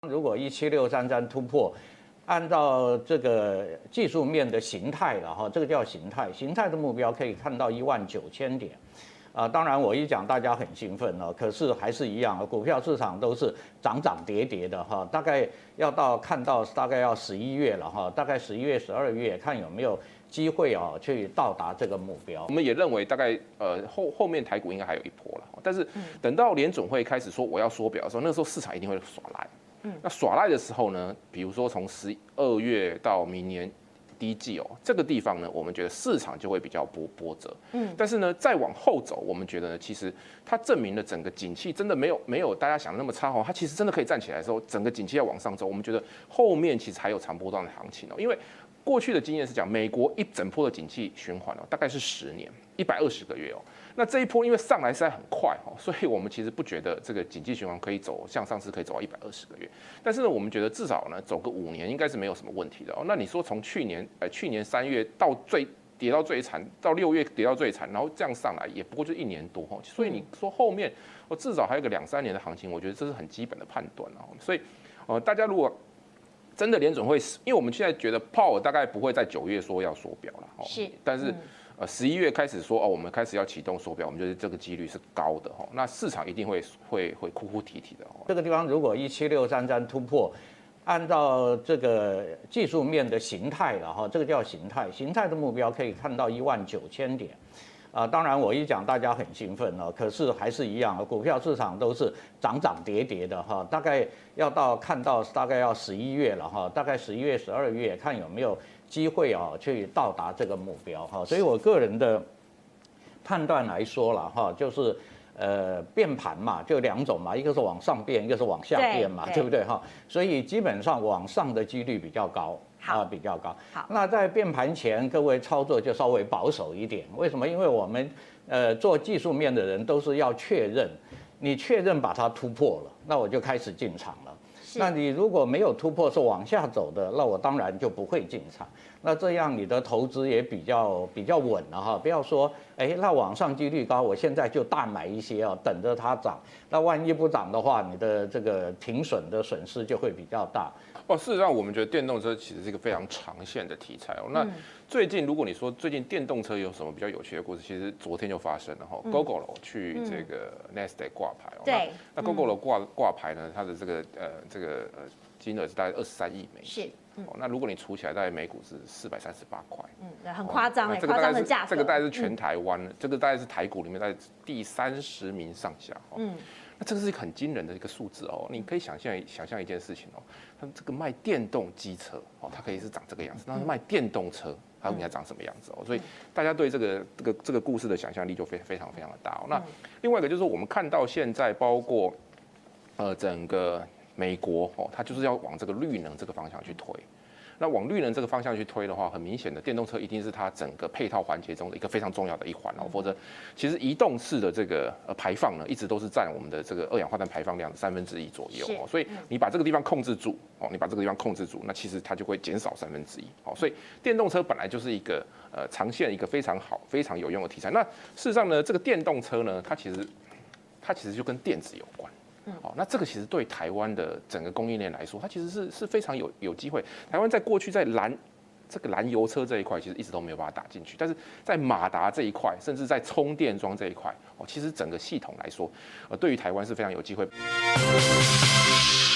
如果17633突破，按照这个技术面的形态了哈，这个叫形态的目标可以看到19000点。当然我一讲大家很兴奋了，可是还是一样，股票市场都是涨跌的哈，大概看到大概要11月了哈，大概11月、12月看有没有机会去到达这个目标。 我们也认为大概后面台股应该还有一波了，但是等到联准会开始说我要缩表的时候，那个时候市场一定会耍赖。那耍赖的时候呢，比如说从12月到明年第一季这个地方呢，我们觉得市场就会比较波折。但是呢，再往后走，我们觉得呢，其实它证明了整个景气真的没有大家想的那么差它其实真的可以站起来的时候，整个景气要往上走，我们觉得后面其实还有长波段的行情因为过去的经验是讲，美国一整波的景气循环大概是10年，120个月那这一波因为上来实在很快所以我们其实不觉得这个景气循环可以走像上次可以走到120个月，但是呢，我们觉得至少呢走个5年应该是没有什么问题的那你说从去年3月到跌到最惨，到6月跌到最惨，然后这样上来也不过就1年多所以你说后面至少还有个2-3年的行情，我觉得这是很基本的判断所以大家如果真的联准会，因为我们现在觉得鲍尔大概不会在9月说要缩表了是， 但是11月开始说我们开始要启动缩表，我们觉得这个几率是高的那市场一定会哭哭啼啼的这个地方如果17633突破，按照这个技术面的形态了哈，这个叫形态的目标可以看到19000点。当然我一讲大家很兴奋可是还是一样，股票市场都是涨跌的哈，大概看到大概要11月了哈，大概11月、12月看有没有机会去到达这个目标哈，所以我个人的判断来说了哈，就是变盘嘛，就2种嘛，一个是往上变，一个是往下变嘛，对不对哈？所以基本上往上的几率比较高。比较高。好，那在变盘前，各位操作就稍微保守一点。为什么？因为我们做技术面的人都是要确认，你确认把它突破了，那我就开始进场了。那你如果没有突破是往下走的，那我当然就不会进场。那这样你的投资也比较稳了哈，不要说那往上几率高，我现在就大买一些等着它涨。那万一不涨的话，你的这个停损的损失就会比较大。 事实上，我们觉得电动车其实是一个非常长线的题材那最近，如果你说最近电动车有什么比较有趣的故事，其实昨天就发生了Gogoro 去这个 Nasdaq 挂牌对， 那 Gogoro 挂牌呢，它的这个金额是大概23亿美金。是。那如果你除起来，大概每股是438块。 很夸张夸张的价格。 这个大概是全台湾，这个大概是台股里面在第30名上下。那这个是一个很惊人的一个数字你可以想象一件事情它这个卖电动机车它可以是长这个样子，那卖电动车它应该长什么样子所以大家对这个故事的想象力就非常的大那另外一个就是说，我们看到现在包括整个美国它就是要往这个绿能这个方向去推。那往绿能这个方向去推的话，很明显的电动车一定是它整个配套环节中的一个非常重要的一环否则其实移动式的这个排放呢，一直都是占我们的这个二氧化碳排放量的1/3左右所以你把这个地方控制住那其实它就会减少1/3所以电动车本来就是一个长线一个非常好、非常有用的题材。那事实上呢，这个电动车呢，它其实就跟电子有关。那这个其实对台湾的整个供应链来说，它其实是非常有机会。台湾在过去在这个燃油车这一块，其实一直都没有办法打进去，但是在马达这一块，甚至在充电桩这一块，其实整个系统来说，对于台湾是非常有机会。